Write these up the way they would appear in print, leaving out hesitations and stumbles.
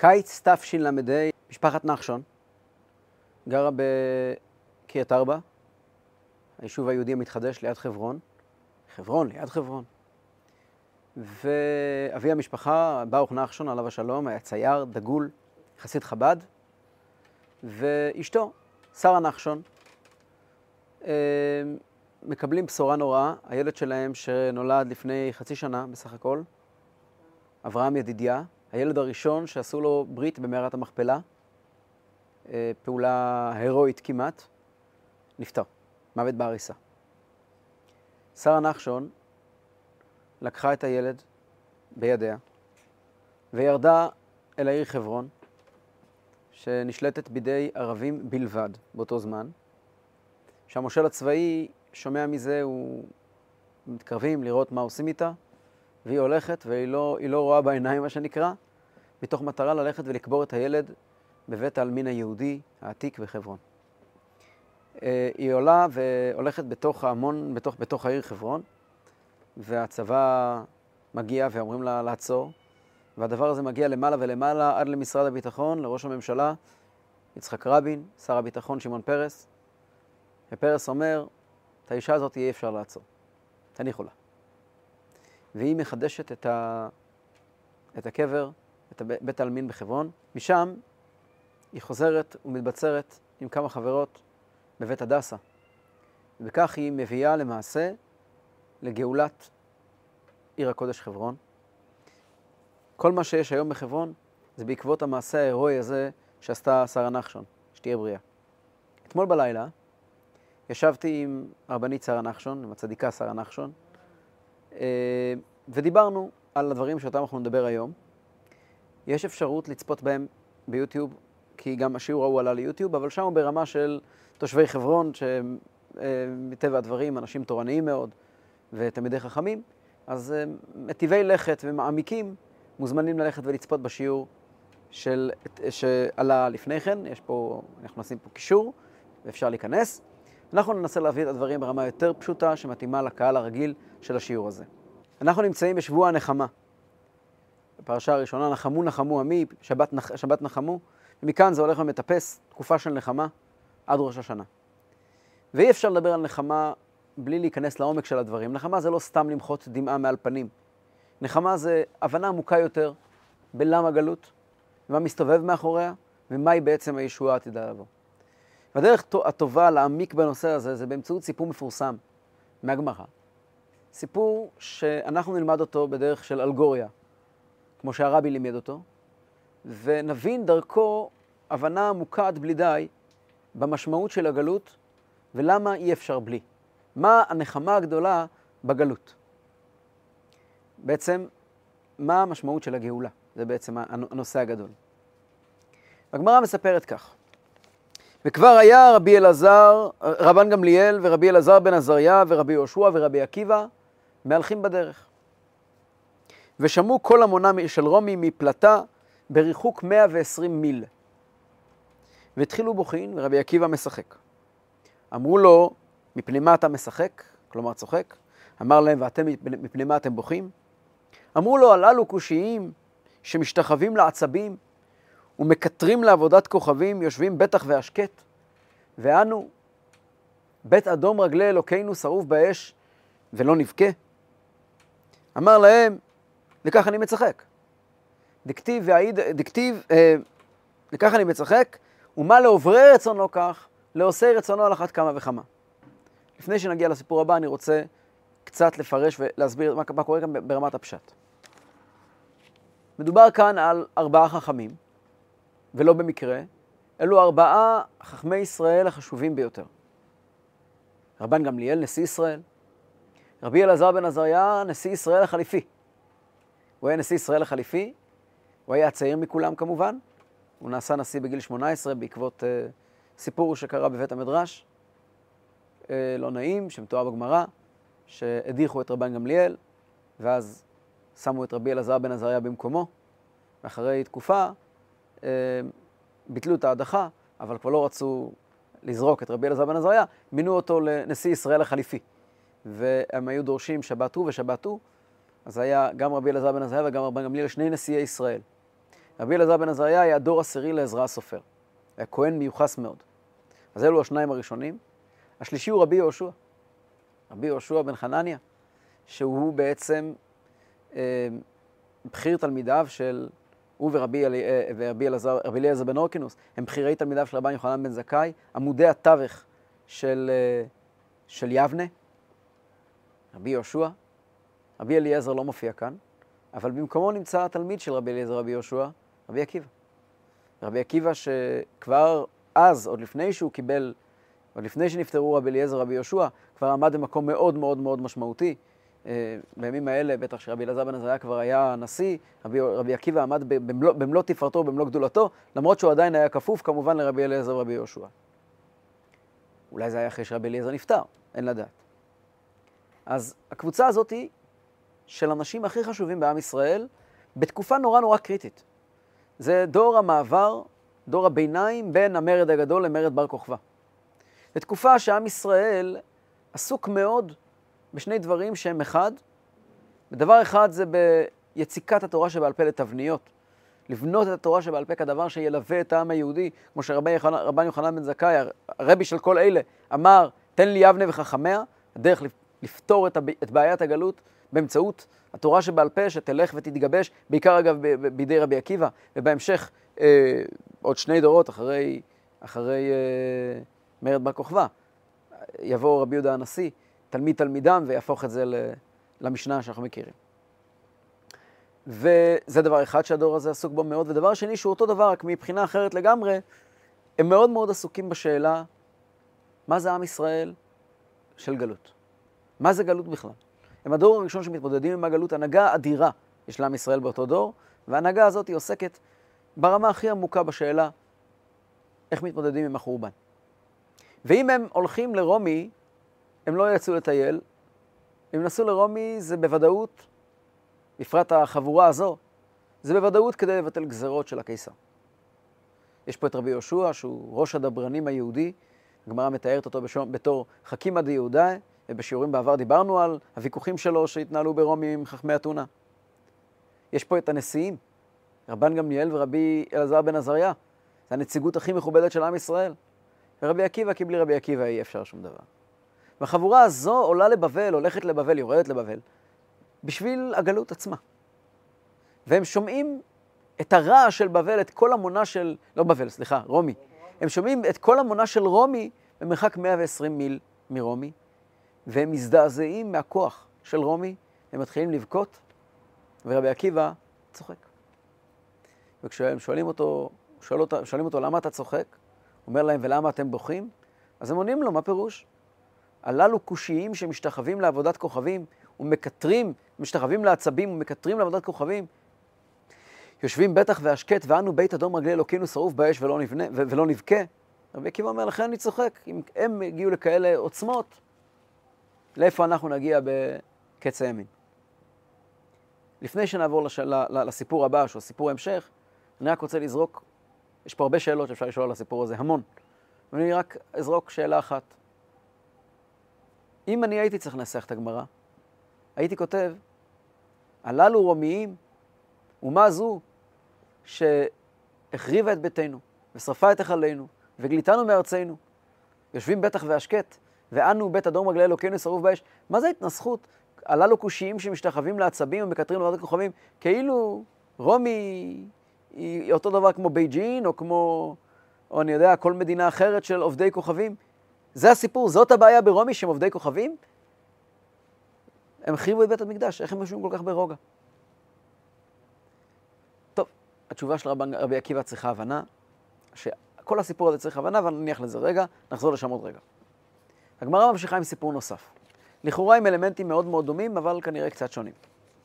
קיץ תשל"ה, משפחת נחשון גרה בקריית ארבע, היישוב היהודי המתחדש ליד חברון. ליד חברון. ואבי המשפחה, ברוך נחשון, עליו השלום, היה צייר, דגול, חסיד חב"ד. ואשתו, שרה נחשון, מקבלים בשורה נוראה. הילד שלהם שנולד לפני חצי שנה בסך הכל, אברהם ידידיה, הילד הראשון שעשו לו ברית במערת המכפלה, פעולה הירואית כמעט, נפטר, מוות בעריסה. שרה נחשון לקחה את הילד בידיה וירדה אל העיר חברון, שנשלטת בידי ערבים בלבד באותו זמן. שהמושל הצבאי שומע מזה, הוא מתקרבים לראות מה עושים איתה, והיא הולכת והיא לא רואה בעיניים, מה שנקרא, מתוך מטרה ללכת ולקבור את הילד בבית העלמין היהודי העתיק בחברון. היא עולה והולכת בתוך ההמון, בתוך העיר חברון, והצבא מגיע ואומרים לה לעצור, והדבר הזה מגיע למעלה ולמעלה עד למשרד הביטחון, לראש הממשלה, יצחק רבין, שר הביטחון שמעון פרס. ופרס אומר, את האישה הזאת יהיה אפשר לעצור, תניחו לה. והיא מחדשת את הקבר, את בית העלמין בחברון. משם היא חוזרת ומתבצרת עם כמה חברות בבית הדסה. וכך היא מביאה למעשה לגאולת עיר הקודש חברון. כל מה שיש היום בחברון זה בעקבות המעשה ההירואי הזה שעשתה שרה נחשון, שתהיה בריאה. אתמול בלילה ישבתי עם הרבנית שרה נחשון, עם הצדיקה שרה נחשון, ודיברנו על הדברים שאותם אנחנו נדבר היום. יש אפשרות לצפות בהם ביוטיוב, כי גם השיעור ההוא עלה ליוטיוב, אבל שם הוא ברמה של תושבי חברון, שמטבע הדברים אנשים תורניים מאוד ותלמידי חכמים, אז מטיבי לכת ומעמיקים מוזמנים ללכת ולצפות בשיעור שעלה לפני כן. אנחנו נשים פה קישור ואפשר להיכנס. אנחנו ננסה להביא את הדברים ברמה יותר פשוטה שמתאימה לקהל הרגיל של השיעור הזה. אנחנו נמצאים בשבוע הנחמה. בפרשה הראשונה, נחמו עמי, שבת נחמו, ומכאן זה הולך ומטפס תקופה של נחמה עד ראש השנה. ואי אפשר לדבר על נחמה בלי להיכנס לעומק של הדברים. נחמה זה לא סתם למחות דמעה מעל פנים. נחמה זה הבנה עמוקה יותר בלמה גלות, ומה מסתובב מאחוריה, ומהי בעצם הישועה העתידה לבוא. והדרך הטובה להעמיק בנושא הזה זה באמצעות סיפור מפורסם מהגמרא. סיפור שאנחנו נלמד אותו בדרך של אלגוריה, כמו שהרבי לימד אותו, ונבין דרכו הבנה עמוקה עד בלי די במשמעות של הגלות, ולמה אי אפשר בלי. מה הנחמה הגדולה בגלות? בעצם, מה המשמעות של הגאולה? זה בעצם הנושא הגדול. הגמרא מספרת כך. וכבר היה רבן גמליאל ורבי אלעזר בן עזריה ורבי יהושע ורבי עקיבא מהלכים בדרך. ושמעו כל המונה של רומי מפלטה בריחוק 120 מיל. והתחילו בוכין ורבי עקיבא משחק. אמרו לו, מפני מה אתה משחק? כלומר צוחק. אמר להם, ואתם מפני מה אתם בוכים? אמרו לו, הללו קושיים שמשתחווים לעצבים ומקטרים לעבודת כוכבים, יושבים בטח והשקט, ואנו, בית אדום רגלי אלוקינו שרוף באש ולא נבכה. אמר להם, לכך אני מצחק. לכך אני מצחק, ומה לעוברי רצונו כך, לעושי רצונו על אחת כמה וכמה. לפני שנגיע לסיפור הבא, אני רוצה קצת לפרש ולהסביר מה קורה כאן ברמת הפשט. מדובר כאן על 4 חכמים, ולא במקרה, אלו 4 חכמי ישראל החשובים ביותר. רבן גמליאל, נשיא ישראל. רבי אלעזר בן עזריה, נשיא ישראל החליפי. הוא היה נשיא ישראל החליפי, הוא היה הצעיר מכולם כמובן. הוא נעשה נשיא בגיל 18 בעקבות סיפור שקרה בבית המדרש. לא נעים, שמתואר בגמרא, שהדיחו את רבן גמליאל, ואז שמו את רבי אלעזר בן עזריה במקומו, ואחרי תקופה ביטלו את ההדחה, אבל כבר לא רצו לזרוק את רבי אלעזר בן עזריה, מינו אותו לנשיא ישראל החליפי. והם היו דורשים שבת הוא ושבת הוא, אז היה גם רבי אלעזר בן עזריה וגם רבן גמליאל, 2 נשיאי ישראל. רבי אלעזר בן עזריה היה דור עשירי לעזרא הסופר. היה כהן מיוחס מאוד. אז אלו השניים הראשונים. השלישי הוא רבי יהושע. רבי יהושע בן חנניה, שהוא בעצם בכיר תלמידיו של, הוא ורבי אליעזר בן הורקנוס, הם בחירי תלמידיו של רבן יוחנן בן זכאי, עמודי התווך של יבנה. רבי יהושע, רבי אליעזר לא מופיע כאן, אבל במקומו נמצא התלמיד של רבי אליעזר רבי יהושע, רבי עקיבא. רבי עקיבא שכבר אז, עוד לפני שהוא קיבל, עוד לפני שנפטרו רבי אליעזר רבי יהושע, כבר עמד במקום מאוד מאוד מאוד משמעותי. בימים האלה, בטח שרבי אלעזר בן עזריה כבר היה נשיא, רבי עקיבא עמד במלוא תפארתו, במלוא גדולתו, למרות שהוא עדיין היה כפוף כמובן לרבי אליעזר רבי יהושע. אולי זה היה אחרי שרבי אליעזר נפטר, אין לדעת. אז הקבוצה הזאת היא של אנשים הכי חשובים בעם ישראל, בתקופה נורא נורא קריטית. זה דור המעבר, דור הביניים בין המרד הגדול למרד בר כוכבא. זו תקופה שעם ישראל עסוק מאוד בשני דברים שהם אחד. ודבר אחד זה ביציקת התורה שבעל פה לתבניות. לבנות את התורה שבעל פה כדבר שילווה את העם היהודי, כמו שרבן יוחנן בן זכאי, הרבי של כל אלה, אמר, תן לי יבנה וחכמיה, הדרך לפתור את בעיית הגלות באמצעות התורה שבעל פה שתלך ותתגבש, בעיקר אגב בידי רבי עקיבא, ובהמשך עוד שני דורות אחרי מרד בר כוכבא, יבוא רבי יהודה הנשיא, תלמיד תלמידם, ויהפוך את זה למשנה שאנחנו מכירים. וזה דבר אחד שהדור הזה עסוק בו מאוד, ודבר שני שהוא אותו דבר, רק מבחינה אחרת לגמרי, הם מאוד מאוד עסוקים בשאלה, מה זה עם ישראל של גלות? מה זה גלות בכלל? הם הדור הראשון שמתמודדים עם הגלות, הנהגה אדירה יש לעם ישראל באותו דור, וההנהגה הזאת היא עוסקת ברמה הכי עמוקה בשאלה, איך מתמודדים עם החורבן. ואם הם הולכים לרומי, הם לא יצאו לטייל. אם נסעו לרומי זה בוודאות, בפרט החבורה הזו, זה בוודאות כדי לבטל גזרות של הקיסר. יש פה את רבי יהושע, שהוא ראש הדברנים היהודי, הגמרא מתארת אותו בתור חכימא דיהודאי, ובשיעורים בעבר דיברנו על הוויכוחים שלו שהתנהלו ברומי עם חכמי אתונה. יש פה את הנשיאים, רבן גמליאל ורבי אלעזר בן עזריה, זה הנציגות הכי מכובדת של עם ישראל. ורבי עקיבא, כי בלי רבי עקיבא אי אפשר שום דבר. והחבורה הזו עולה לבבל, הולכת לבבל, יורדת לבבל, בשביל הגלות עצמה. והם שומעים את הרעש של בבל, את כל המונה של, לא בבל, סליחה, רומי. הם שומעים את כל המונה של רומי במרחק 120 מיל מרומי, והם מזדעזעים מהכוח של רומי, הם מתחילים לבכות, ורבי עקיבא צוחק. וכשהם שואלים אותו למה אתה צוחק, הוא אומר להם ולמה אתם בוכים, אז הם עונים לו, מה פירוש? הללו קושיים שמשתחווים לעבודת כוכבים ומקטרים, משתחווים לעצבים ומקטרים לעבודת כוכבים, יושבים בטח והשקט, ואנו בית אדום רגלי אלוקינו שרוף באש ולא נבכה. רבי עקיבא אומר, לכן אני צוחק. אם הם הגיעו לכאלה עוצמות, לאיפה אנחנו נגיע בקץ הימים? לפני שנעבור לסיפור הבא, שהוא סיפור המשך, אני רק רוצה לזרוק, יש פה הרבה שאלות שאפשר לשאול על הסיפור הזה, המון. ואני רק אזרוק שאלה אחת. אם אני הייתי צריך לנסח את הגמרא, הייתי כותב, הללו רומיים, ומה זו שהחריבה את ביתנו, ושרפה את היכלנו, וגליתנו מארצנו, יושבים בטח והשקט, ואנו בית אדום רגלי אלוקינו שרוף באש. מה זה התנסחות? הללו קושיים שמשתחווים לעצבים ומקטרים לעבודת כוכבים, כאילו רומי היא אותו דבר כמו בייג'ין, או אני יודע, כל מדינה אחרת של עובדי כוכבים. זה הסיפור, זאת הבעיה ברומי שהם עובדי כוכבים. הם החריבו את בית המקדש, איך הם יושבים כל כך ברוגע? טוב, התשובה של רבי עקיבא צריכה הבנה, שכל הסיפור הזה צריך הבנה, אבל נניח לזה רגע, נחזור לשם עוד רגע. הגמרא ממשיכה עם סיפור נוסף. לכאורה עם אלמנטים מאוד מאוד דומים, אבל כנראה קצת שונים.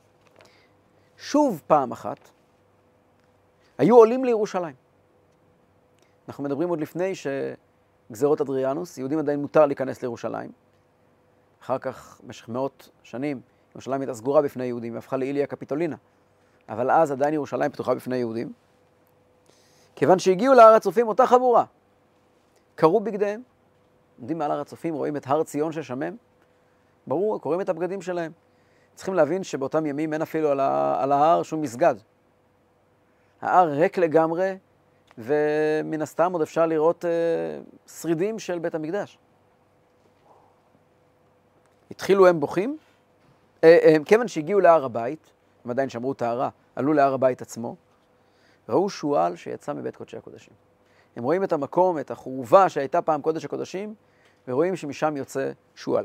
שוב פעם אחת, היו עולים לירושלים. אנחנו מדברים עוד לפני שגזרות אדריאנוס, יהודים עדיין מותר להיכנס לירושלים. אחר כך, במשך מאות שנים, ירושלים הייתה סגורה בפני יהודים, והפכה לאיליה קפיטולינה. אבל אז עדיין ירושלים פתוחה בפני יהודים. כיוון שהגיעו להר הצופים אותה חבורה. קרו בגדיהם. עומדים מעל הר הצופים, רואים את הר ציון ששמם. ברור, קוראים את הבגדים שלהם. צריכים להבין שבאותם ימים אין אפילו על ההר שום מסגד. ההר ריק לגמרי, ומן הסתם עוד אפשר לראות שרידים של בית המקדש. התחילו הם בוכים, כיוון שהגיעו להר הבית, הם עדיין שמרו טהרה, עלו להר הבית עצמו, ראו שועל שיצא מבית קודשי הקודשים. הם רואים את המקום, את החורבה שהייתה פעם קודש הקודשים, ורואים שמשם יוצא שועל.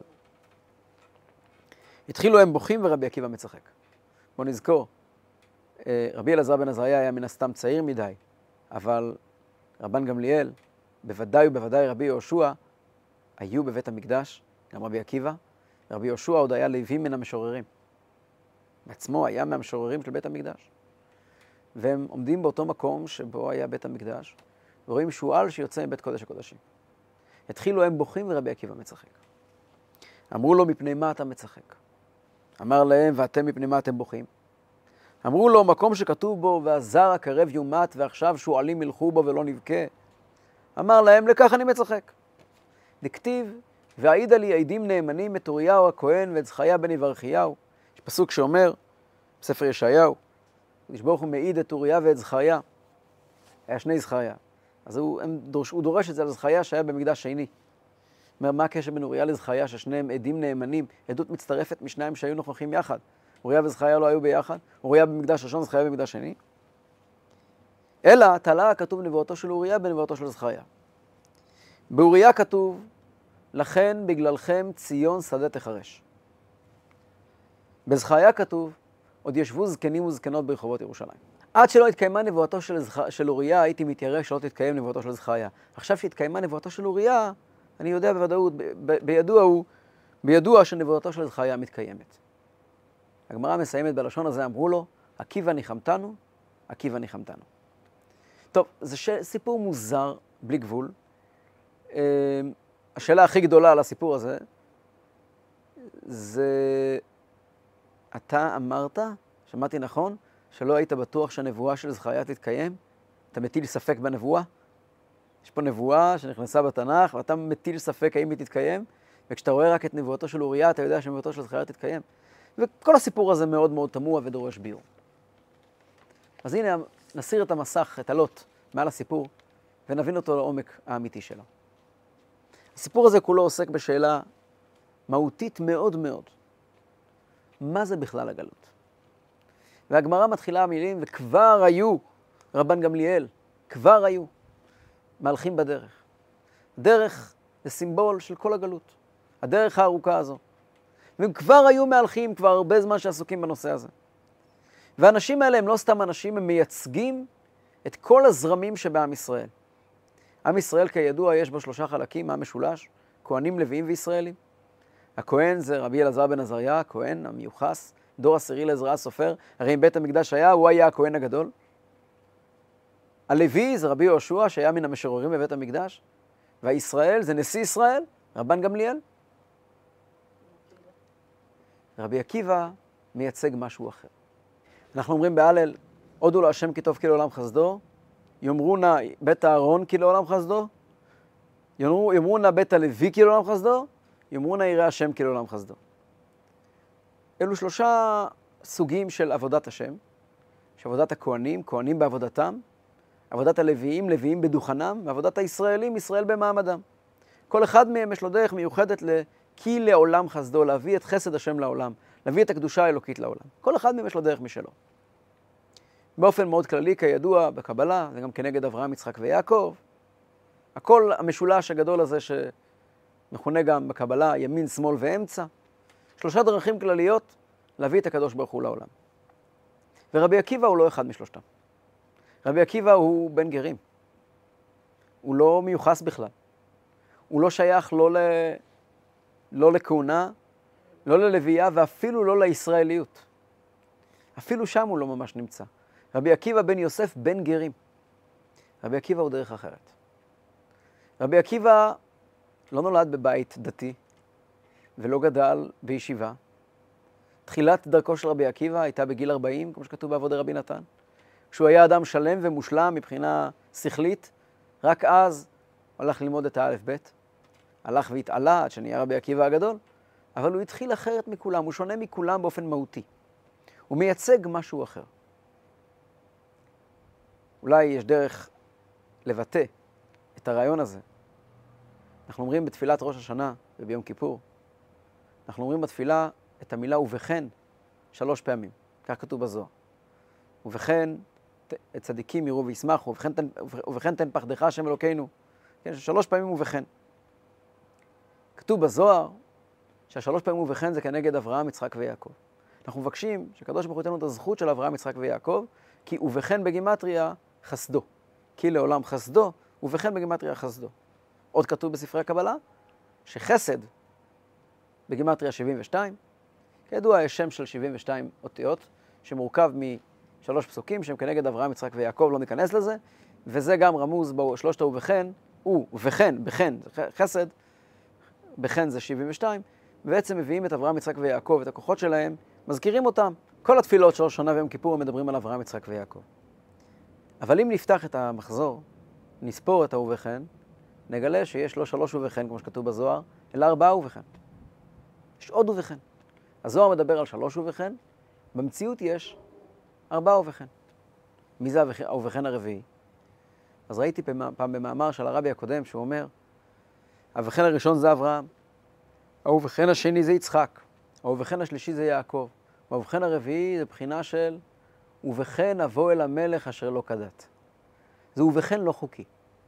התחילו הם בוכים ורבי עקיבא מצחק. בואו נזכור, רבי אלעזר בן עזריה היה מן הסתם צעיר מדי, אבל רבן גמליאל, בוודאי ובוודאי רבי יהושע, היו בבית המקדש, גם רבי עקיבא, רבי יהושע עוד היה לוי מן המשוררים. בעצמו היה מהמשוררים של בית המקדש. והם עומדים באותו מקום שבו היה בית המקדש, ורואים שועל שיוצא מבית קודש הקודשים. התחילו הם בוכים ורבי עקיבא מצחק. אמרו לו, מפני מה אתה מצחק? אמר להם, ואתם מפני מה אתם בוכים? אמרו לו, מקום שכתוב בו, והזר הקרב יומת, ועכשיו שועלים ילכו בו ולא נבכה. אמר להם, לכך אני מצחק. דכתיב, והעידה לי עדים נאמנים את אוריהו הכהן ואת זכריה בן יברכיהו. יש פסוק שאומר, בספר ישעיהו, הקדוש ברוך הוא מעיד את אוריה ואת זכריה. היה שני זכריה. אז הוא דורש את זה על זכריה שהיה במקדש שני. אומר, מה הקשר בין אוריה לזכריה, ששניהם עדים נאמנים, עדות מצטרפת משניים שהיו נוכחים יחד. אוריה וזכריה לא היו ביחד, אוריה במקדש ראשון, זכריה במקדש שני. אלא תלה כתוב נבואתו של אוריה בנבואתו של זכריה. באוריה כתוב, לכן בגללכם ציון שדה תחרש. בזכריה כתוב, עוד ישבו זקנים וזקנות ברחובות ירושלים. עד שלא התקיימה נבואתו של אוריה, הייתי מתיירא שלא תתקיים נבואתו של זכריה. עכשיו שהתקיימה נבואתו של אוריה, אני יודע בוודאות, בידוע שנבואתו של זכריה מתקיימת. הגמרא מסיימת בלשון הזה, אמרו לו, עקיבא ניחמתנו, עקיבא ניחמתנו. טוב, זה סיפור מוזר, בלי גבול. השאלה הכי גדולה על הסיפור הזה, זה, אתה אמרת, שמעתי נכון, שלא היית בטוח שהנבואה של זכריה תתקיים? אתה מטיל ספק בנבואה? יש פה נבואה שנכנסה בתנ"ך, ואתה מטיל ספק האם היא תתקיים, וכשאתה רואה רק את נבואתו של אוריה, אתה יודע שנבואתו של זכריה תתקיים. וכל הסיפור הזה מאוד מאוד תמוה ודורש ביור. אז הנה, נסיר את המסך, את הלוט, מעל הסיפור, ונבין אותו לעומק האמיתי שלו. הסיפור הזה כולו עוסק בשאלה מהותית מאוד מאוד. מה זה בכלל הגלות? והגמרא מתחילה המילים, וכבר היו, רבן גמליאל, כבר היו, מהלכים בדרך. דרך זה סימבול של כל הגלות. הדרך הארוכה הזו. והם כבר היו מהלכים, כבר הרבה זמן שעסוקים בנושא הזה. והאנשים האלה הם לא סתם אנשים, הם מייצגים את כל הזרמים שבעם ישראל. עם ישראל כידוע יש בו 3 חלקים, עם משולש, כהנים, לוויים וישראלים. הכהן זה רבי אלעזר בן עזריה, הכהן המיוחס, דור 10 לעזרא הסופר, הרי אם בית המקדש היה, הוא היה הכהן הגדול. הלוי זה רבי יהושע שהיה מן המשוררים בבית המקדש, והישראל זה נשיא ישראל, רבן גמליאל. רבי עקיבא מייצג משהו אחר. אנחנו אומרים בהלל, הודו לו השם כי טוב כי לעולם חסדו, יאמרו נא בית הארון כי לעולם חסדו, יאמרו נא בית הלוי כי לעולם חסדו, יאמרו נא יראה השם כי לעולם חסדו. אלו 3 סוגים של עבודת השם, שעבודת הכהנים, כהנים בעבודתם, עבודת הלוויים, לוויים בדוכנם, ועבודת הישראלים, ישראל במעמדם. כל אחד מהם יש לו דרך מיוחדת כי לעולם חסדו, להביא את חסד השם לעולם, להביא את הקדושה האלוקית לעולם. כל אחד מהם יש לו דרך משלו. באופן מאוד כללי, כידוע, בקבלה, זה גם כנגד אברהם, יצחק ויעקב. הכל המשולש הגדול הזה שמכונה גם בקבלה ימין, שמאל ואמצע. 3 דרכים כלליות להביא את הקדוש ברוך הוא לעולם. ורבי עקיבא הוא לא אחד משלושתם. רבי עקיבא הוא בן גרים. הוא לא מיוחס בכלל. הוא לא שייך לא לכהונה, לא ללוויה ואפילו לא לישראליות. אפילו שם הוא לא ממש נמצא. רבי עקיבא בן יוסף בן גרים. רבי עקיבא הוא דרך אחרת. רבי עקיבא לא נולד בבית דתי ולא גדל בישיבה. תחילת דרכו של רבי עקיבא הייתה בגיל 40, כמו שכתוב בעבודי רבי נתן. כשהוא היה אדם שלם ומושלם מבחינה שכלית, רק אז הלך ללמוד את האלף בית. הלך והתעלה עד שנהיה רבי עקיבא הגדול, אבל הוא התחיל אחרת מכולם, הוא שונה מכולם באופן מהותי. הוא מייצג משהו אחר. אולי יש דרך לבטא את הרעיון הזה. אנחנו אומרים בתפילת ראש השנה וביום כיפור, אנחנו אומרים בתפילה את המילה ובכן 3 פעמים, כך כתוב בזוהר. ובכן צדיקים יראו וישמחו, ובכן תן פחדך השם אלוקינו. כן, 3 פעמים ובכן. כתוב בזוהר שה3 פעמים ובכן זה כנגד אברהם, יצחק ויעקב. אנחנו מבקשים שקדוש ברוך הוא ייתן לנו את הזכות של אברהם, יצחק ויעקב, כי ובכן בגימטריה חסדו. כי לעולם חסדו, ובכן בגימטריה חסדו. עוד כתוב בספרי הקבלה שחסד בגימטריה 72, כידוע יש שם של 72 אותיות, שמורכב מ3 פסוקים שהם כנגד אברהם, יצחק ויעקב, לא ניכנס לזה, וזה גם רמוז בשלושת ובכן, בכן, חסד, בכן זה 72, ובעצם מביאים את אברהם, יצחק ויעקב, את הכוחות שלהם, מזכירים אותם. כל התפילות של ראש השנה ויום כיפור מדברים על אברהם, יצחק ויעקב. אבל אם נפתח את המחזור, נספור את ובכן, נגלה שיש לא 3 ובכן, כמו שכתוב בזוהר, אלא 4 ובכן. יש עוד ובכן. הזוהר מדבר על 3 ובכן, במציאות יש 4 ובכן. מי זה ובכן הרביעי? אז ראיתי פעם במאמר של הרבי הקודם, שהוא אומר, הבכן הראשון זה אברהם, ובכן השני זה יצחק, ובכן השלישי זה יעקב, ובכן הרביעי זה בחינה של ובכן אבוא אל המלך אשר לא כדת. זה ובכן לא חוקי.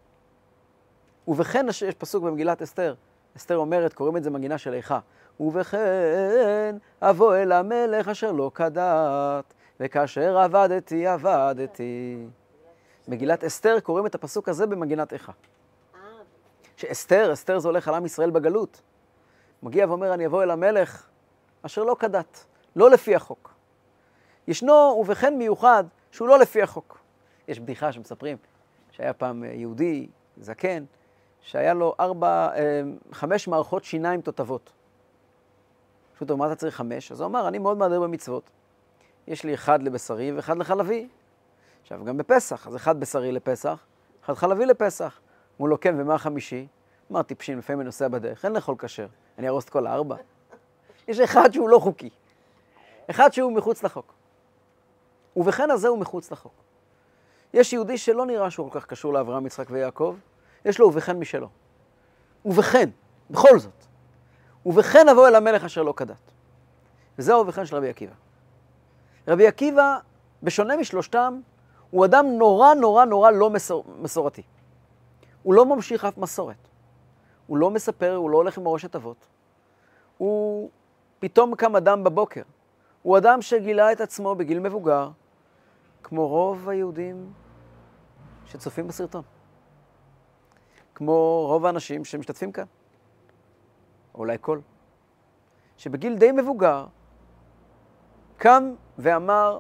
ובכן יש פסוק במגילת אסתר. אסתר אומרת, קוראים את זה מנגינה של איכה. ובכן אבוא אל המלך אשר לא כדת, וכאשר עבדתי. מגילת אסתר קוראים את הפסוק הזה במנגינת איכה. שאסתר זה הולך על עם ישראל בגלות. מגיע ואומר, אני אבוא אל המלך אשר לא כדת, לא לפי החוק. ישנו ובכן מיוחד שהוא לא לפי החוק. יש בדיחה שמספרים שהיה פעם יהודי זקן, שהיה לו 5 מערכות שיניים תותבות. פשוט מה אתה צריך 5? אז הוא אמר, אני מאוד מהדר במצוות. יש לי 1 לבשרי ו1 לחלבי. עכשיו גם בפסח, אז 1 בשרי לפסח, 1 חלבי לפסח. אמרו לו, כן, ומה 5? אמר, טיפשים, לפעמים אני נוסע בדרך, אין לאכול כשר. אני ארוס את כל 4. יש 1 שהוא לא חוקי. 1 שהוא מחוץ לחוק. ובכן הזה הוא מחוץ לחוק. יש יהודי שלא נראה שהוא כל כך קשור לאברהם, יצחק ויעקב, יש לו ובכן משלו. ובכן, בכל זאת. ובכן אבוא אל המלך אשר לא כדת. וזהו ובכן של רבי עקיבא. רבי עקיבא, בשונה משלושתם, הוא אדם נורא לא מסורתי. הוא לא ממשיך אף מסורת. הוא לא מספר, הוא לא הולך עם מורשת אבות. הוא פתאום קם אדם בבוקר. הוא אדם שגילה את עצמו בגיל מבוגר, כמו רוב היהודים שצופים בסרטון. כמו רוב האנשים שמשתתפים כאן. או אולי כל. שבגיל די מבוגר, קם ואמר,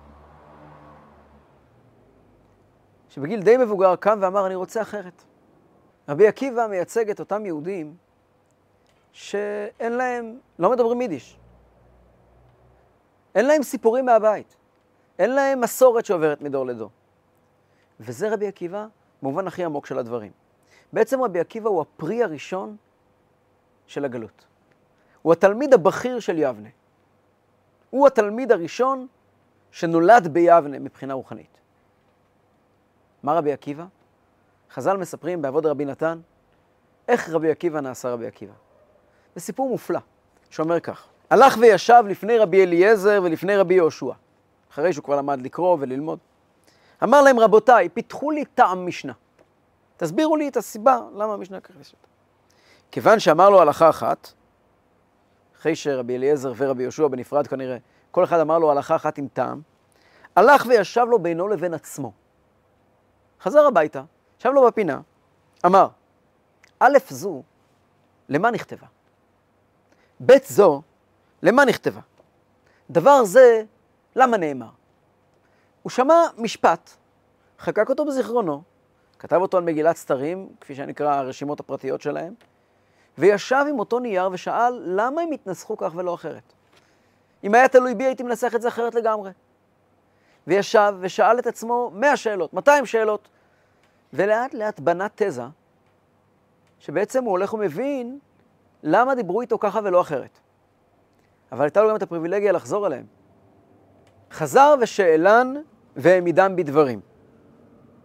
אני רוצה אחרת. רבי עקיבא מייצג את אותם יהודים שאין להם, לא מדברים יידיש. אין להם סיפורים מהבית. אין להם מסורת שעוברת מדור לדור. וזה רבי עקיבא במובן הכי עמוק של הדברים. בעצם רבי עקיבא הוא הפרי הראשון של הגלות. הוא התלמיד הבכיר של יבנה. הוא התלמיד הראשון שנולד ביבנה מבחינה רוחנית. מה רבי עקיבא? חז"ל מספרים בעבוד רבי נתן, איך רבי עקיבא נעשה רבי עקיבא. זה סיפור מופלא, שאומר כך. הלך וישב לפני רבי אליעזר ולפני רבי יהושע, אחרי שהוא כבר למד לקרוא וללמוד. אמר להם, רבותיי, פיתחו לי טעם משנה. תסבירו לי את הסיבה למה המשנה ככה יש אותה. כיוון שאמר לו הלכה אחת, אחרי שרבי אליעזר ורבי יהושע בנפרד כנראה, כל אחד אמר לו הלכה אחת עם טעם, הלך וישב לו בינו לבין עצמו. חזר הביתה, ישב לו בפינה, אמר, א' זו, למה נכתבה? ב' זו, למה נכתבה? דבר זה, למה נאמר? הוא שמע משפט, חקק אותו בזיכרונו, כתב אותו על מגילת סתרים, כפי שנקרא הרשימות הפרטיות שלהם, וישב עם אותו נייר ושאל למה הם התנסחו כך ולא אחרת. אם היה תלוי בי הייתי מנסח את זה אחרת לגמרי. וישב ושאל את עצמו 100 שאלות, 200 שאלות, ולאט לאט בנה תזה, שבעצם הוא הולך ומבין למה דיברו איתו ככה ולא אחרת. אבל הייתה לו גם את הפריבילגיה לחזור אליהם. חזר ושאלן והעמידם בדברים.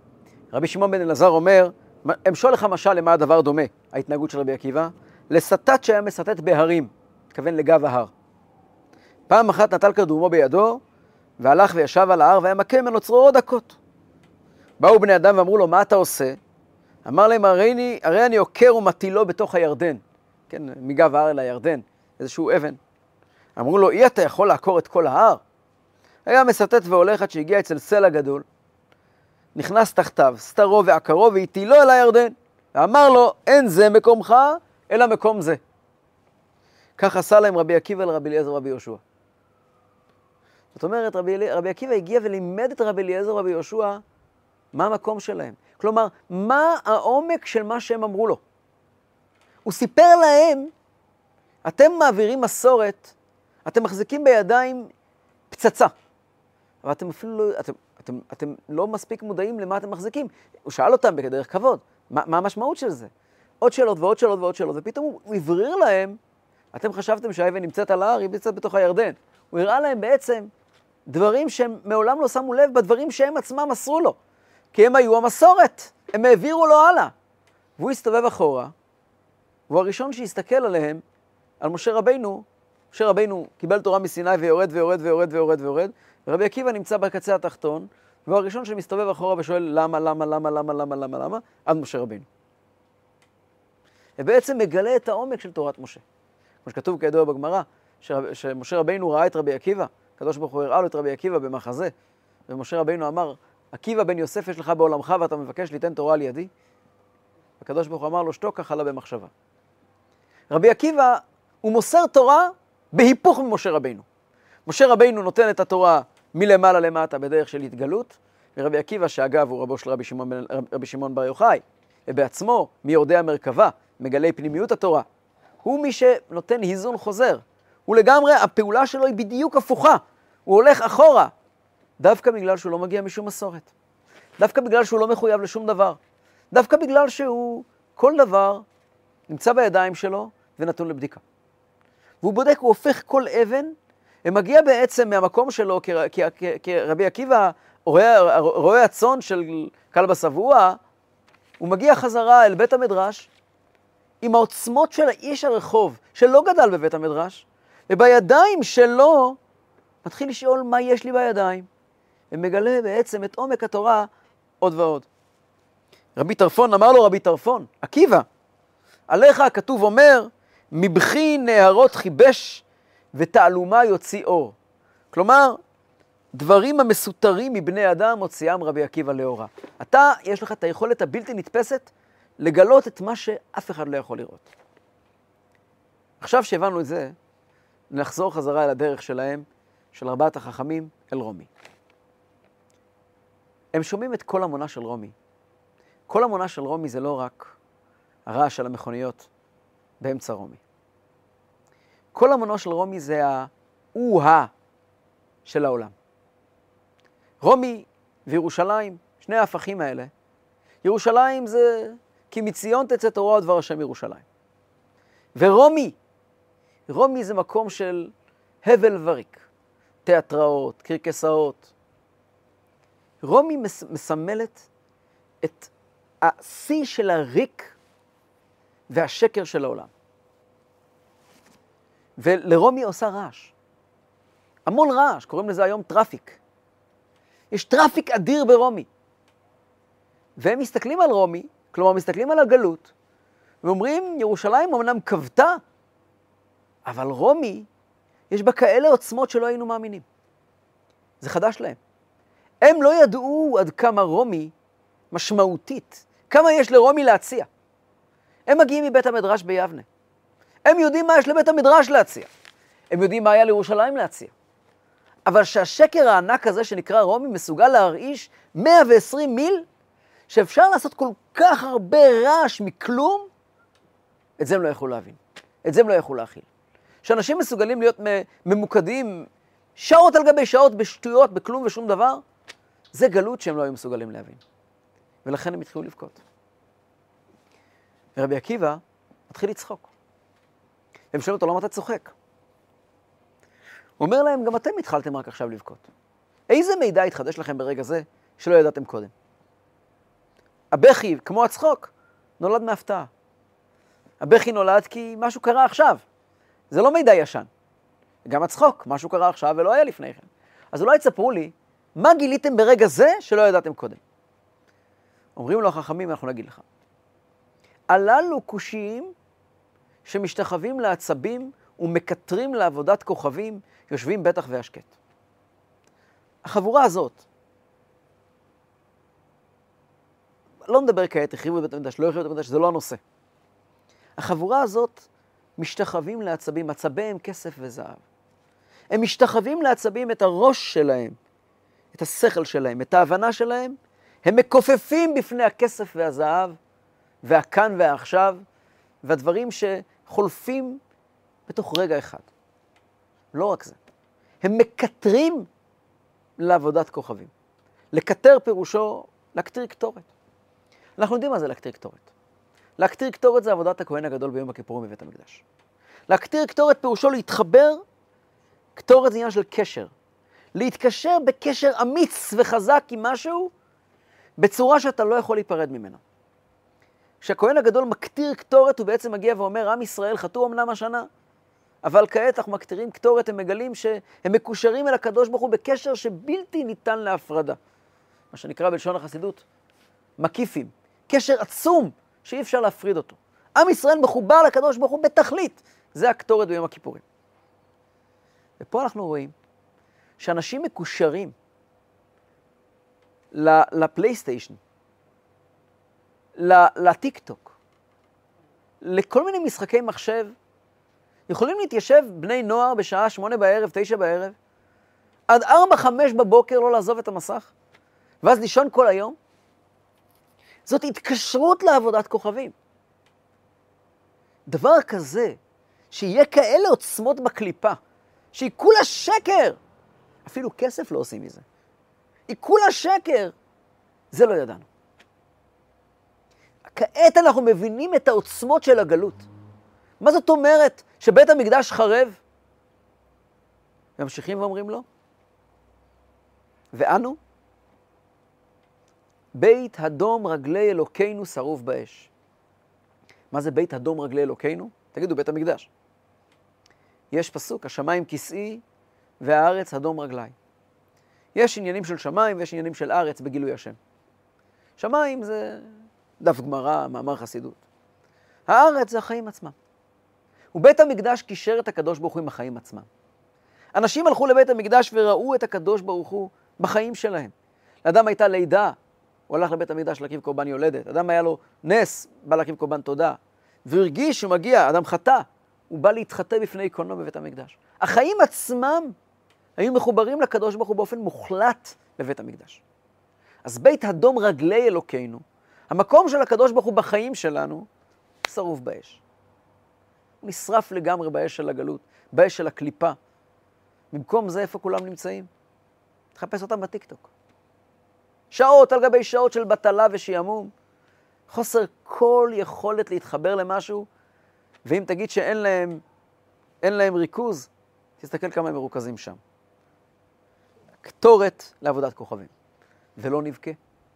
רבי שמעון בן אלעזר אומר, אמשול לך משל למה הדבר דומה, ההתנהגות של רבי עקיבא, לסטת שהיה מסטט בהרים, התכוון לגב ההר. פעם אחת נטל קרדומו בידו, והלך וישב על ההר, והיה מכה ממנו צרור עוד דקות. באו בני אדם ואמרו לו, מה אתה עושה? אמר להם, הרי אני עוקר ומטילו בתוך הירדן, כן, מגב ההר אל הירדן, איזשהו אבן. אמרו לו, אי אתה יכול לעקור את כל ההר? היה מסטט והולך עד שהגיע אצל סלע גדול, נכנס תחתיו, סתרו ועקרו והטילו אל הירדן, ואמר לו, אין זה מקומך, אלא מקום זה. כך עשה להם רבי עקיבא לרבי אליעזר ורבי יהושע. זאת אומרת, רבי עקיבא הגיע ולימד את רבי אליעזר ורבי יהושע מה המקום שלהם. כלומר, מה העומק של מה שהם אמרו לו. הוא סיפר להם, אתם מעבירים מסורת, אתם מחזיקים בידיים פצצה, אבל אתם אפילו לא, אתם לא מספיק מודעים למה אתם מחזיקים. הוא שאל אותם בדרך כבוד, מה המשמעות של זה? עוד שאלות ועוד שאלות ועוד שאלות, ופתאום הוא הבריר להם, אתם חשבתם שהאבן נמצאת על ההר, היא נמצאת בתוך הירדן. הוא הראה להם בעצם דברים שהם מעולם לא שמו לב, בדברים שהם עצמם מסרו לו. כי הם היו המסורת, הם העבירו לו הלאה. והוא הסתובב אחורה, והוא הראשון שהסתכל עליהם, על משה רבינו. משה רבינו קיבל תורה מסיני ויורד ויורד ויורד ויורד ויורד, ורבי עקיבא נמצא בקצה התחתון, והוא הראשון שמסתובב אחורה ושואל למה, עד משה רבינו. ובעצם מגלה את העומק של תורת משה. כמו שכתוב כידוע בגמרא, שמשה רבינו ראה את רבי עקיבא, הקדוש ברוך הוא הראה לו את רבי עקיבא במחזה, ומשה רבינו אמר, עקיבא בן יוסף יש לך בעולמך ואתה מבקש ליתן תורה על ידי? הקדוש ברוך הוא אמר לו, שתוק, ככה לה במחשבה. רבי עקיבא הוא מוסר תורה בהיפוך ממשה רבינו. משה רבינו נותן את התורה מלמעלה למטה בדרך של התגלות, ורבי עקיבא, שאגב הוא רבו של רבי שמעון בר יוחאי, ובעצמו מיורדי המרכבה, מגלי פנימיות התורה, הוא מי שנותן היזון חוזר. הוא לגמרי, הפעולה שלו היא בדיוק הפוכה. הוא הולך אחורה, דווקא בגלל שהוא לא מגיע משום מסורת. דווקא בגלל שהוא לא מחויב לשום דבר. דווקא בגלל שהוא, כל דבר נמצא בידיים שלו ונתון לבדיקה. והוא בודק, הוא הופך כל אבן, ומגיע בעצם מהמקום שלו, כי רבי עקיבא, רואה הצאן של כלבא שבוע, הוא מגיע חזרה אל בית המדרש, עם העוצמות של האיש הרחוב, שלא גדל בבית המדרש, ובידיים שלו מתחיל לשאול מה יש לי בידיים, ומגלה בעצם את עומק התורה עוד ועוד. רבי טרפון, אמר לו רבי טרפון, עקיבא, עליך הכתוב אומר, מבכי נהרות חיבש ותעלומה יוציא אור. כלומר, דברים המסותרים מבני אדם מוציאם רבי עקיבא לאורה. אתה, יש לך את היכולת הבלתי נתפסת לגלות את מה שאף אחד לא יכול לראות. עכשיו שהבנו את זה, נחזור חזרה אל הדרך שלהם, של ארבעת החכמים, אל רומי. הם שומעים את כל המונה של רומי. כל המונה של רומי זה לא רק הרעש של המכוניות באמצע רומי. כל המונה של רומי זה האוה של העולם. רומי וירושלים, שני ההפכים האלה, ירושלים זה כי מציון תצא תורה ודבר השם ירושלים. ורומי, רומי זה מקום של הבל וריק, תיאטראות, קרקסאות. רומי מסמלת את השיא של הריק והשקר של העולם. ולרומי עושה רעש. המון רעש, קוראים לזה היום טראפיק. יש טראפיק אדיר ברומי. והם מסתכלים על רומי, כלומר מסתכלים על הגלות, ואומרים, ירושלים אמנם כבתה, אבל רומי, יש בה כאלה עוצמות שלא היינו מאמינים. זה חדש להם. הם לא ידעו עד כמה רומי משמעותית, כמה יש לרומי להציע. הם מגיעים מבית המדרש ביבנה. הם יודעים מה יש לבית המדרש להציע. הם יודעים מה היה לירושלים להציע. אבל שהשקר הענק הזה שנקרא רומי מסוגל להרעיש 120 מיל, שאפשר לעשות כל כך הרבה רעש מכלום, את זה הם לא יכולו להבין. את זה הם לא יכולו להכיל. שאנשים מסוגלים להיות ממוקדים שעות על גבי שעות בשטויות, בכלום ושום דבר, זה גלות שהם לא היו מסוגלים להבין. ולכן הם התחילו לבכות. ורבי עקיבא מתחיל לצחוק. הם שואלים אותו, למה אתה צוחק? הוא אומר להם, גם אתם התחלתם רק עכשיו לבכות. איזה מידע התחדש לכם ברגע זה שלא ידעתם קודם? הבכי, כמו הצחוק, נולד מהפתעה. הבכי נולד כי משהו קרה עכשיו. זה לא מידע ישן. גם הצחוק, משהו קרה עכשיו ולא היה לפני כן. אז אולי תספרו לי, מה גיליתם ברגע זה שלא ידעתם קודם? אומרים לו החכמים, אנחנו נגיד לך. הללו קושיים שמשתחווים לעצבים ומקטרים לעבודת כוכבים, יושבים בטח והשקט. החבורה הזאת, לא נדבר כעת, החריבו את בית המקדש, לא החריבו את בית המקדש, זה לא הנושא. החבורה הזאת משתחווים לעצבים, עצביהם כסף וזהב. הם משתחווים לעצבים את הראש שלהם, את השכל שלהם, את ההבנה שלהם. הם מכופפים בפני הכסף והזהב, והכאן והעכשיו, והדברים שחולפים בתוך רגע אחד. לא רק זה. הם מקטרים לעבודת כוכבים. לקטר פירושו להקטיר קטורת. אנחנו יודעים מה זה להקטיר קטורת. להקטיר קטורת זה עבודת הכהן הגדול ביום הכיפורים בבית המקדש. להקטיר קטורת פירושו להתחבר, קטורת זה עניין של קשר. להתקשר בקשר אמיץ וחזק עם משהו, בצורה שאתה לא יכול להיפרד ממנו. כשהכהן הגדול מקטיר קטורת, הוא בעצם מגיע ואומר, עם ישראל חטאו אמנם השנה, אבל כעת אנחנו מקטירים קטורת, הם מגלים שהם מקושרים אל הקדוש ברוך הוא בקשר שבלתי ניתן להפרדה. מה שנקרא בלשון החסידות, מקיפים. קשר עצום שאי אפשר להפריד אותו. עם ישראל מחובר לקדוש ברוך הוא בתכלית. זה הקטורת ביום הכיפורים. ופה אנחנו רואים שאנשים מקושרים לפלייסטיישן, לטיק טוק, לכל מיני משחקי מחשב, יכולים להתיישב בני נוער בשעה 8 בערב, 9 בערב, עד 4-5 בבוקר לא לעזוב את המסך, ואז לישון כל היום. זאת התקשרות לעבודת כוכבים. דבר כזה, שיהיה כאלה עוצמות בקליפה, שהיא כולה שקר, אפילו כסף לא עושים מזה. היא כולה שקר, זה לא ידענו. כעת אנחנו מבינים את העוצמות של הגלות. מה זאת אומרת שבית המקדש חרב? ממשיכים ואומרים לו. ואנו, בית הדום רגלי אלוקינו שרוף באש. מה זה בית הדום רגלי אלוקינו? תגידו, בית המקדש. יש פסוק, השמיים כסאי והארץ הדום רגלי. יש עניינים של שמיים ויש עניינים של ארץ בגילוי השם. שמיים זה דף גמרא, מאמר חסידות. הארץ זה החיים עצמם. ובית המקדש קישר את הקדוש ברוך הוא עם החיים עצמם. אנשים הלכו לבית המקדש וראו את הקדוש ברוך הוא בחיים שלהם. לאדם הייתה לידה, הוא הלך לבית המקדש להקריב קורבן יולדת. אדם היה לו נס, בא להקריב קורבן תודה. והרגיש שהוא מגיע, אדם חטא, הוא בא להתחטא בפני קונו בבית המקדש. החיים עצמם היו מחוברים לקדוש ברוך הוא באופן מוחלט בבית המקדש. אז בית הדום רגלי אלוקינו, המקום של הקדוש ברוך הוא בחיים שלנו, שרוף באש. הוא נשרף לגמרי באש של הגלות, באש של הקליפה. במקום זה, איפה כולם נמצאים? תחפש אותם בטיקטוק. שעות על גבי שעות של בטלה ושיעמום. חוסר כל יכולת להתחבר למשהו, ואם תגיד שאין להם ריכוז, תסתכל כמה הם מרוכזים שם. קטורת לעבודת כוכבים. ולא נבכה.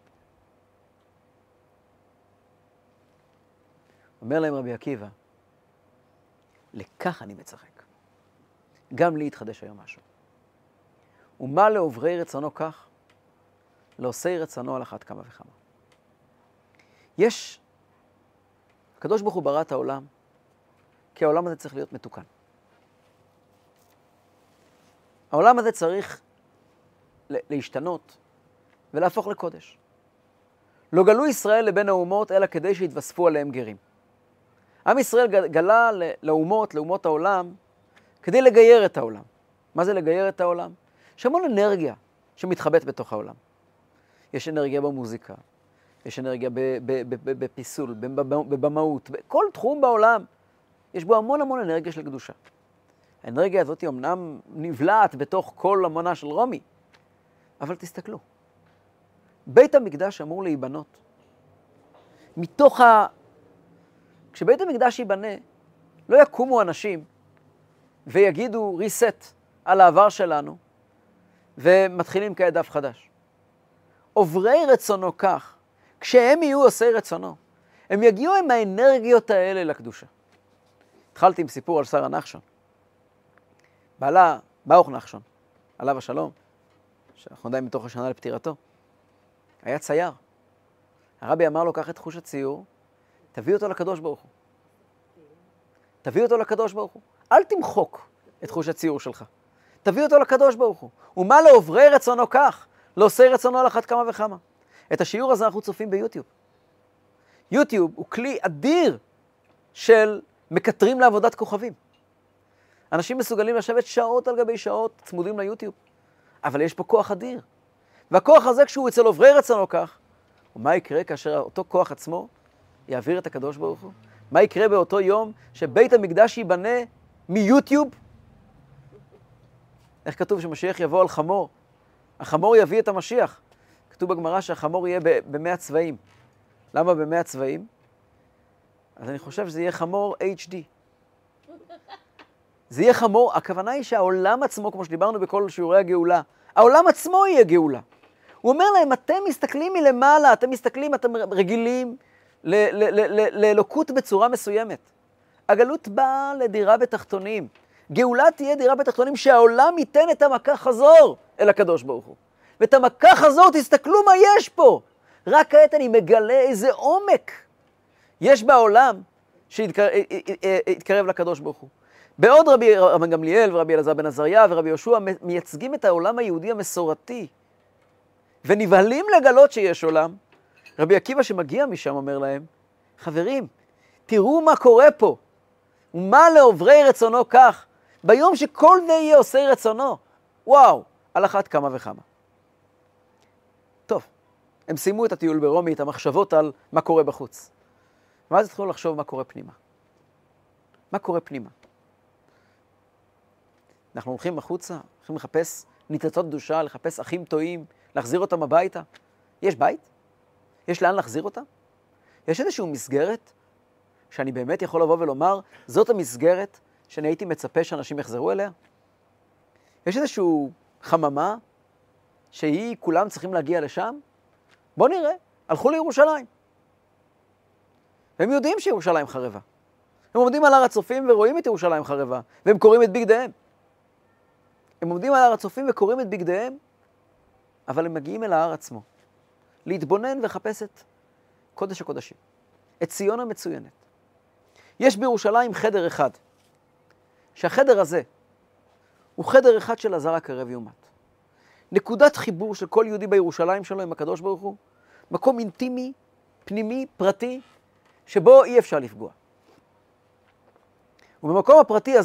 אומר להם רבי עקיבא, לכך אני מצחק. גם לי יתחדש היום משהו. ומה לעוברי רצונו כך? לעושי רצונו על אחת כמה וכמה. הקדוש ברוך הוא ברא את העולם, כי העולם הזה צריך להיות מתוקן. העולם הזה צריך להשתנות ולהפוך לקודש. לא גלו ישראל לבין האומות, אלא כדי שיתווספו עליהם גרים. עם ישראל גלה לאומות העולם, כדי לגייר את העולם. מה זה לגייר את העולם? יש המון אנרגיה שמתחבאת בתוך העולם. יש אנרגיה במוזיקה, יש אנרגיה בפיסול, בבמאות, בכל תחום בעולם. יש בו המון אנרגיה של קדושה. האנרגיה הזאת היא אמנם נבלעת בתוך כל המונה של רומי, אבל תסתכלו. בית המקדש אמור להיבנות. כשבית המקדש ייבנה, לא יקומו אנשים ויגידו reset על העבר שלנו, ומתחילים כעת דף חדש. עוברי רצונו כך, כשהם יהיו עושי רצונו, הם יגיעו עם האנרגיות האלה לקדושה. התחלתי עם סיפור על שרה נחשון. בעלה, ברוך נחשון, עליו השלום, שאנחנו יודעים מתוך השנה לפטירתו, היה צייר. הרבי אמר לו, קח את חוש הציור, תביא אותו לקדוש ברוך הוא. תביא אותו לקדוש ברוך הוא. אל תמחוק את חוש הציור שלך. תביא אותו לקדוש ברוך הוא. ומה לעוברי רצונו כך? לעושי רצונו על אחת כמה וכמה. את השיעור הזה אנחנו צופים ביוטיוב. יוטיוב הוא כלי אדיר של מקטרים לעבודת כוכבים. אנשים מסוגלים לשבת שעות על גבי שעות צמודים ליוטיוב. אבל יש פה כוח אדיר. והכוח הזה כשהוא אצל עוברי רצונו כך, ומה יקרה כאשר אותו כוח עצמו יעביר את הקדוש ברוך הוא? מה יקרה באותו יום שבית המקדש ייבנה מיוטיוב? איך כתוב שמשיח יבוא על חמור? החמור יביא את המשיח. כתוב בגמרא שהחמור יהיה ב100 צבעים. למה ב100 צבעים? אז אני חושב שזה יהיה חמור HD. זה יהיה חמור, הכוונה היא שהעולם עצמו, כמו שדיברנו בכל שיעורי הגאולה, העולם עצמו יהיה גאולה. הוא אומר להם, אתם מסתכלים מלמעלה, אתם רגילים לאלוקות בצורה מסוימת. הגלות באה לדירה בתחתונים. גאולה תהיה דירה בתחתונים שהעולם ייתן את המכה חזור אל הקדוש ברוך הוא. ואת המכה חזור, תסתכלו מה יש פה. רק כעת אני מגלה איזה עומק יש בעולם שיתקרב לקדוש ברוך הוא. בעוד רבי גמליאל ורבי אלעזר בן עזריה ורבי יהושע מייצגים את העולם היהודי המסורתי, ונבהלים לגלות שיש עולם, רבי עקיבא שמגיע משם אומר להם, חברים, תראו מה קורה פה, ומה לעוברי רצונו כך, ביום שכל זה יהיה עושי רצונו, וואו, על אחת כמה וכמה. טוב, הם סיימו את הטיול ברומי, את המחשבות על מה קורה בחוץ. ואז התחילו לחשוב מה קורה פנימה. מה קורה פנימה? אנחנו הולכים החוצה, הולכים לחפש ניצוצות קדושה, לחפש אחים טועים, להחזיר אותם הביתה. יש בית? יש לאן להחזיר אותם? יש איזושהי מסגרת שאני באמת יכול לבוא ולומר, זאת המסגרת שאני הייתי מצפה שאנשים יחזרו אליה? יש איזושהי חממה שהיא, כולם צריכים להגיע לשם? בוא נראה, הלכו לירושלים. והם יודעים שירושלים חרבה. הם עומדים על הר הצופים ורואים את ירושלים חרבה, והם קוראים את בגדיהם. הם עומדים על הר הצופים וקוראים את בגדיהם, אבל הם מגיעים אל ההר עצמו, להתבונן ולחפש את קודש הקודשים, את ציון המצוינת. יש בירושלים חדר אחד, שהחדר הזה הוא חדר אחד של הזר הקרב יומת. נקודת חיבור של כל יהודי בירושלים שלו עם הקדוש ברוך הוא, מקום אינטימי, פנימי, פרטי, שבו אי אפשר לפגוע. ובמקום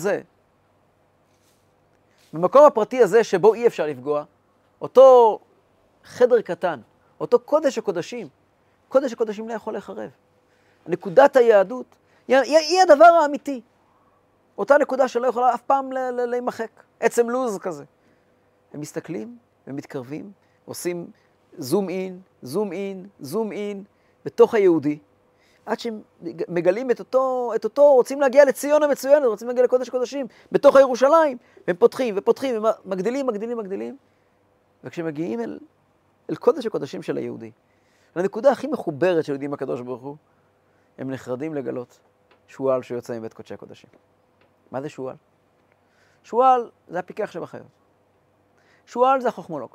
הפרטי הזה שבו אי אפשר לפגוע, אותו חדר קטן, אותו קודש הקודשים, קודש הקודשים לא יכול לחרב. נקודת היהדות היא הדבר האמיתי. אותה נקודה שלא יכולה אף פעם להימחק. עצם לוז כזה. הם מסתכלים, הם מתקרבים, עושים זום אין, זום אין, זום אין, בתוך היהודי, עד שהם מגלים את אותו, רוצים להגיע לציון המצוינת, רוצים להגיע לקודש הקודשים, בתוך הירושלים, והם פותחים ופותחים, הם מגדילים, וכשמגיעים אל קודש הקודשים של היהודי, לנקודה הכי מחוברת של יהודים הקדוש ברוך הוא, הם נחרדים לגלות שועל שיוצא מבית קודשי הקודשים. מה זה שועל? שועל זה הפיקח שבחיות. שועל זה החוכמולוג.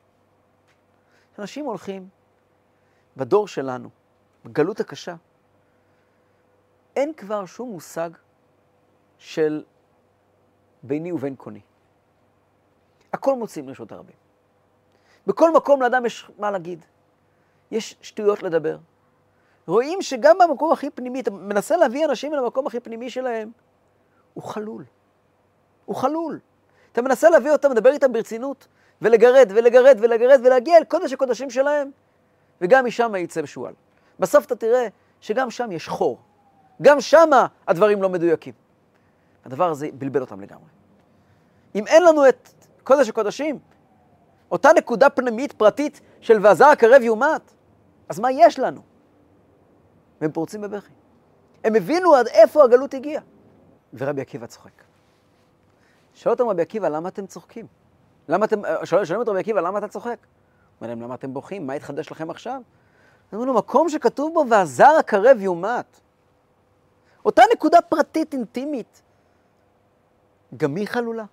אנשים הולכים בדור שלנו, בגלות הקשה, אין כבר שום מושג של ביני ובין קוני. הכל מוצאים רשות הרבים. בכל מקום לאדם יש מה להגיד. יש שטויות לדבר. רואים שגם במקום הכי פנימי, אתה מנסה להביא אנשים למקום הכי פנימי שלהם, הוא חלול. הוא חלול. אתה מנסה להביא אותם, לדבר איתם ברצינות, ולגרד ולהגיע אל קודש הקודשים שלהם, וגם משם יצא בשועל. בסוף אתה תראה שגם שם יש חור. גם שם הדברים לא מדויקים. הדבר הזה בלבל אותם לגמרי. אם אין לנו את קודש הקודשים, אותה נקודה פנימית פרטית של והזר הקרב יומת, אז מה יש לנו? והם פורצים בבכי. הם הבינו עד איפה הגלות הגיעה. ורבי עקיבא צוחק. שואל אותם רבי עקיבא, למה אתם צוחקים? שואלים את רבי עקיבא, למה אתה צוחק? אומר להם, למה אתם בוכים? מה התחדש לכם עכשיו? אומרים לו, מקום שכתוב בו, והזר הקרב יומת. אותה נקודה פרטית, אינטימית, גם היא חלולה.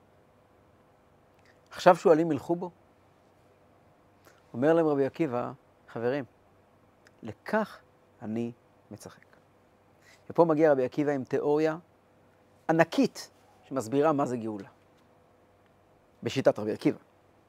עכשיו שואלים ילכו בו. אומר להם רבי עקיבא, חברים, לכך אני מצחק. ופה מגיע רבי עקיבא עם תיאוריה ענקית שמסבירה מה זה גאולה. בשיטת רבי עקיבא.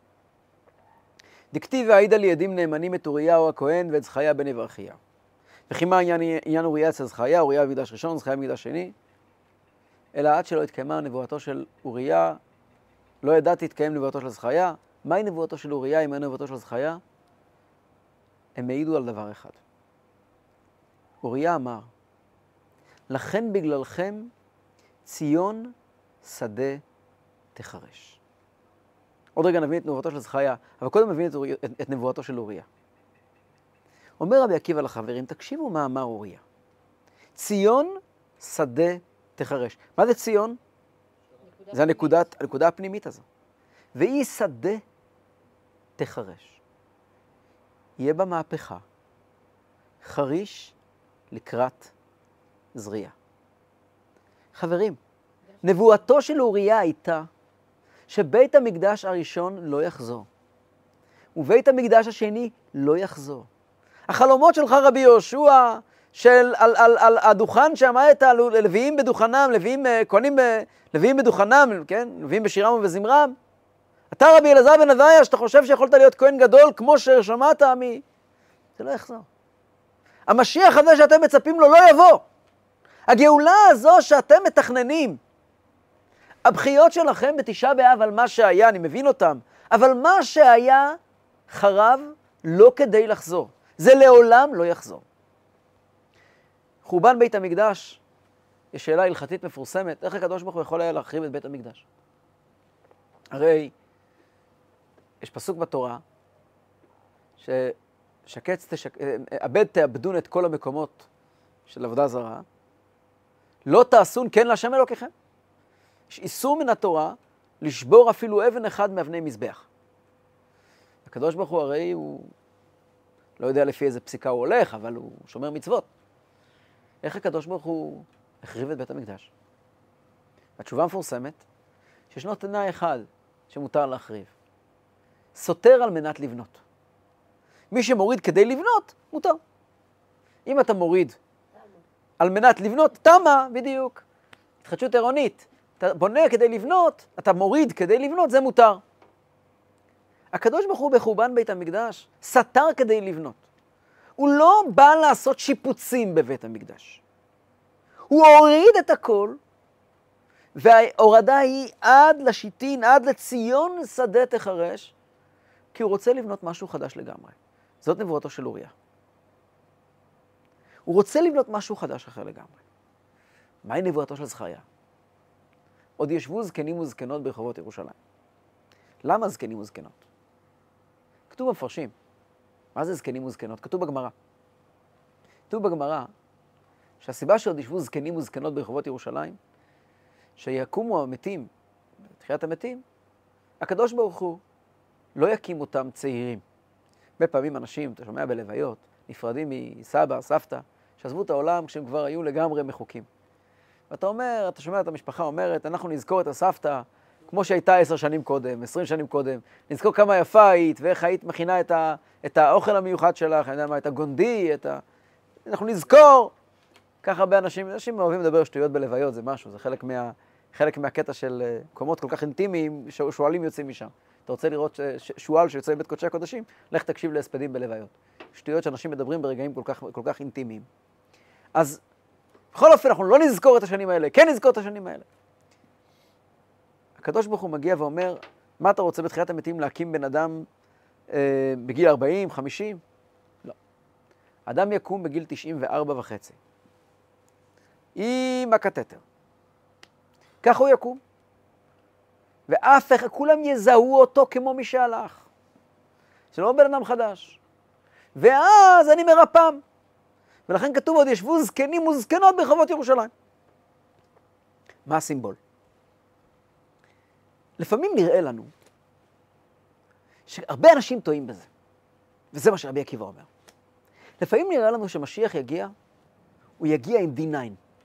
דכתיב והעידה לי עדים נאמנים את אוריהו הכהן ואת זכריה בן יברכיה. וכי מה עניין אוריה אצל זכריה? אוריה במקדש ראשון, זכריה במקדש שני. אלא עד שלא התקיימה נבואתו של אוריה, לא ידעתי התקיים נבואתו של זכריה. מהי נבואתו של אוריה אם אין נבואתו של זכריה? הם העידו על דבר אחד. אוריה אמר, לכן בגללכם ציון שדה תחרש. עוד רגע נבין את נבואתו של זכריה, אבל קודם נבין את נבואתו של אוריה. אומר רבי עקיבא לחברים, תקשיבו מה אמר אוריה. ציון שדה תחרש. מה זה ציון? זה הנקודה הפנימית הזו. והיא שדה תחרש. יהיה בה מהפכה. חריש לקראת זריעה. חברים, נבואתו של אוריה הייתה שבית המקדש הראשון לא יחזור. ובית המקדש השני לא יחזור. החלומות שלך רבי יהושע, על הדוכן שעמדת, לוויים בדוכנם, לוויים בדוכנם, כן? לוויים בשירם ובזמרם. אתה רבי אלעזר בן עזריה, שאתה חושב שיכולת להיות כהן גדול, כמו ששמעת, זה לא יחזור. המשיח הזה שאתם מצפים לו לא יבוא. הגאולה הזו שאתם מתכננים, הבחיות שלכם בתשעה באב על מה שהיה, אני מבין אותם, אבל מה שהיה חרב לא כדי לחזור. זה לעולם לא יחזור. חורבן בית המקדש, יש שאלה הלכתית מפורסמת, איך הקדוש ברוך הוא יכול היה להחריב את בית המקדש? הרי יש פסוק בתורה, אבד תאבדון את כל המקומות של עבודה זרה, לא תעשון כן להשם אלוקיכם. יש איסור מן התורה לשבור אפילו אבן אחד מאבני מזבח. הקדוש ברוך הוא הרי הוא לא יודע לפי איזה פסיקה הוא הולך, אבל הוא שומר מצוות. איך הקדוש ברוך הוא החריב את בית המקדש? התשובה המפורסמת, שישנו תנאי אחד שמותר להחריב. סותר על מנת לבנות. מי שמוריד כדי לבנות, מותר. אם אתה מוריד על מנת לבנות, תמה, בדיוק. התחדשות עירונית. אתה בונה כדי לבנות, אתה מוריד כדי לבנות, זה מותר. הקדוש ברוך הוא בחורבן בית המקדש סתר כדי לבנות. הוא לא בא לעשות שיפוצים בבית המקדש. הוא הוריד את הכל, וההורדה היא עד לשיטין, עד לציון שדה תחרש, כי הוא רוצה לבנות משהו חדש לגמרי. זאת נבואתו של אוריה. הוא רוצה לבנות משהו חדש אחר לגמרי. מהי נבואתו של זכריה? עוד ישבו זקנים וזקנות ברחובות ירושלים. למה זקנים וזקנות? כתוב במפרשים. מה זה זקנים וזקנות? כתוב בגמרא. כתוב בגמרא שהסיבה שעוד ישבו זקנים וזקנות ברחובות ירושלים, שיקומו המתים, בתחיית המתים, הקדוש ברוך הוא לא יקים אותם צעירים. הרבה פעמים אנשים, אתה שומע בלוויות, נפרדים מסבא, סבתא, שעזבו את העולם כשהם כבר היו לגמרי מחוקים. ואתה אומר, אתה שומע את המשפחה אומרת, אנחנו נזכור את הסבתא כמו שהייתה 10 שנים קודם, 20 שנים קודם, נזכור כמה יפה היית ואיך היית מכינה את האוכל המיוחד שלך, אני יודע מה, את הגונדי, אנחנו נזכור. כך הרבה אנשים אוהבים לדבר שטויות בלוויות, זה משהו, זה חלק מהקטע של מקומות כל כך אינטימיים, שועלים יוצאים משם. אתה רוצה לראות שועל שיוצא מבית קודשי הקודשים, לך תקשיב להספדים בלוויות. שטויות שאנשים מדברים ברגעים כל כך אינטימיים. אז בכל אופן, אנחנו לא נזכור את השנים האלה, כן נזכור את השנים האלה. הקדוש ברוך הוא מגיע ואומר, מה אתה רוצה בתחיית המתים להקים בן אדם בגיל 40, 50? לא. אדם יקום בגיל 94.5. עם הקטטר. כך הוא יקום. ואף אחד, כולם יזהו אותו כמו מי שהלך. זה לא בן אדם חדש. ואז אני מרפם. ולכן כתוב עוד ישבו זקנים וזקנות ברחובות ירושלים. מה הסימבול? לפעמים נראה לנו שהרבה אנשים טועים בזה. וזה מה שרבי עקיבא אומר. לפעמים נראה לנו שמשיח יגיע, הוא יגיע עם D9.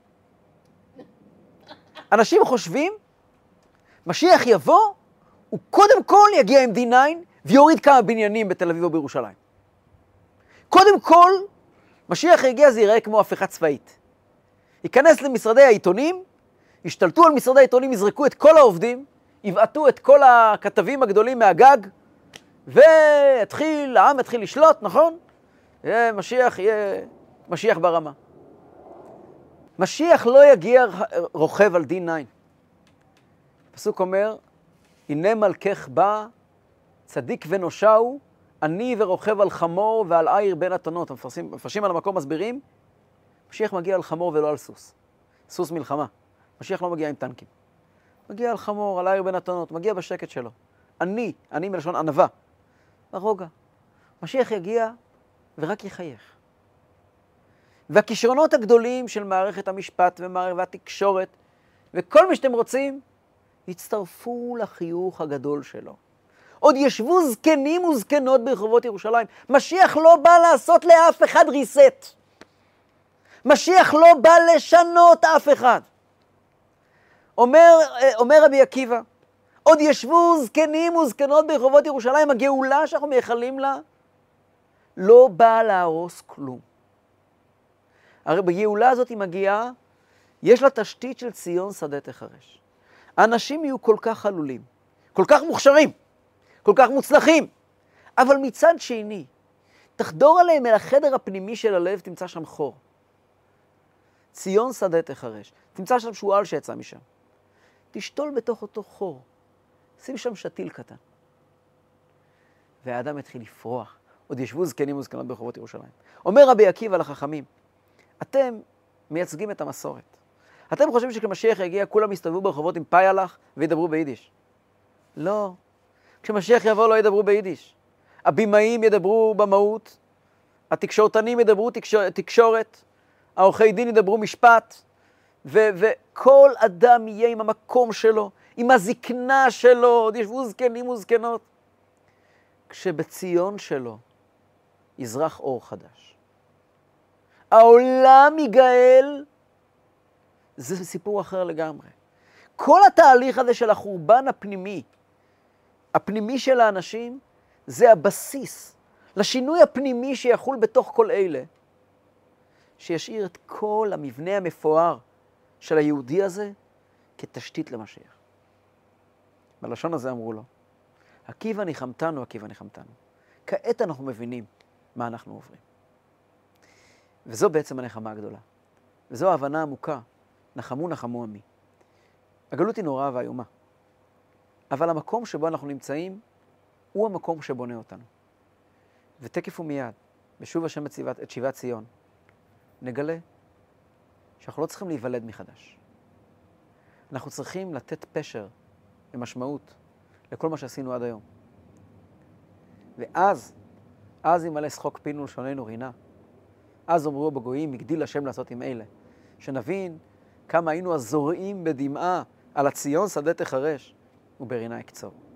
אנשים חושבים, משיח יבוא, הוא קודם כל יגיע עם D9, ויוריד כמה בניינים בתל אביב או בירושלים. קודם כל, משיח יגיע, זה ייראה כמו הפיכה צבאית. ייכנס למשרדי העיתונים, ישתלטו על משרדי העיתונים, יזרקו את כל העובדים, יבעטו את כל הכתבים הגדולים מהגג, העם יתחיל לשלוט, נכון? יהיה משיח ברמה. משיח לא יגיע רוכב על D9. הפסוק אומר, הנה מלכך בא, צדיק ונושעו, אני ורוכב על חמור ועל עיר בין אתונות. המפרשים על המקום מסבירים, משיח מגיע על חמור ולא על סוס. סוס מלחמה. משיח לא מגיע עם טנקים. מגיע על חמור, על עיר בין אתונות, מגיע בשקט שלו. אני מלשון ענווה. הרוגע. משיח יגיע ורק יחייך. והכישרונות הגדולים של מערכת המשפט והתקשורת, וכל מה שאתם רוצים, יצטרפו לחיוך הגדול שלו. עוד ישבו זקנים וזקנות ברחובות ירושלים. משיח לא בא לעשות לאף אחד ריסט. משיח לא בא לשנות אף אחד. אומר רבי עקיבא, עוד ישבו זקנים וזקנות ברחובות ירושלים, הגאולה שאנחנו מייחלים לה, לא באה להרוס כלום. הרי בגאולה הזאת היא מגיעה, יש לה תשתית של ציון שדה תחרש. האנשים יהיו כל כך חלולים, כל כך מוכשרים, כל כך מוצלחים, אבל מצד שני, תחדור עליהם אל החדר הפנימי של הלב, תמצא שם חור. ציון שדה תחרש, תמצא שם שועל שיצא משם. תשתול בתוך אותו חור, שים שם שתיל קטן. והאדם התחיל לפרוח, עוד ישבו זקנים וזקנות ברחובות ירושלים. אומר רבי עקיבא לחכמים, אתם מייצגים את המסורת. אתם חושבים שכשמשיח יגיע, כולם יסתובבו ברחובות עם פיילך וידברו ביידיש. לא. כשמשיח יבוא לא ידברו ביידיש. הבימאים ידברו במהות, התקשורתנים ידברו תקשורת, העורכי דין ידברו משפט, וכל אדם יהיה עם המקום שלו, עם הזקנה שלו, עוד ישבו זקנים וזקנות. כשבציון שלו יזרח אור חדש. העולם יגאל, זה סיפור אחר לגמרי. כל התהליך הזה של החורבן הפנימי של האנשים, זה הבסיס לשינוי הפנימי שיחול בתוך כל אלה, שישאיר את כל המבנה המפואר של היהודי הזה כתשתית למשיח. בלשון הזה אמרו לו, עקיבא ניחמתנו, עקיבא ניחמתנו. כעת אנחנו מבינים מה אנחנו עוברים. וזו בעצם הנחמה הגדולה. וזו ההבנה העמוקה, נחמו נחמו עמי. הגלות היא נוראה ואיומה. אבל המקום שבו אנחנו נמצאים, הוא המקום שבונה אותנו. ותקף ומיד, בשוב השם את שיבת ציון, נגלה שאנחנו לא צריכים להיוולד מחדש. אנחנו צריכים לתת פשר ומשמעות לכל מה שעשינו עד היום. ואז ימלא שחוק פינו לשוננו רינה. אז אמרו בגויים, הגדיל השם לעשות עם אלה. שנבין כמה היינו הזורעים בדמעה על הציון שדה תחרש, וברינה יקצור.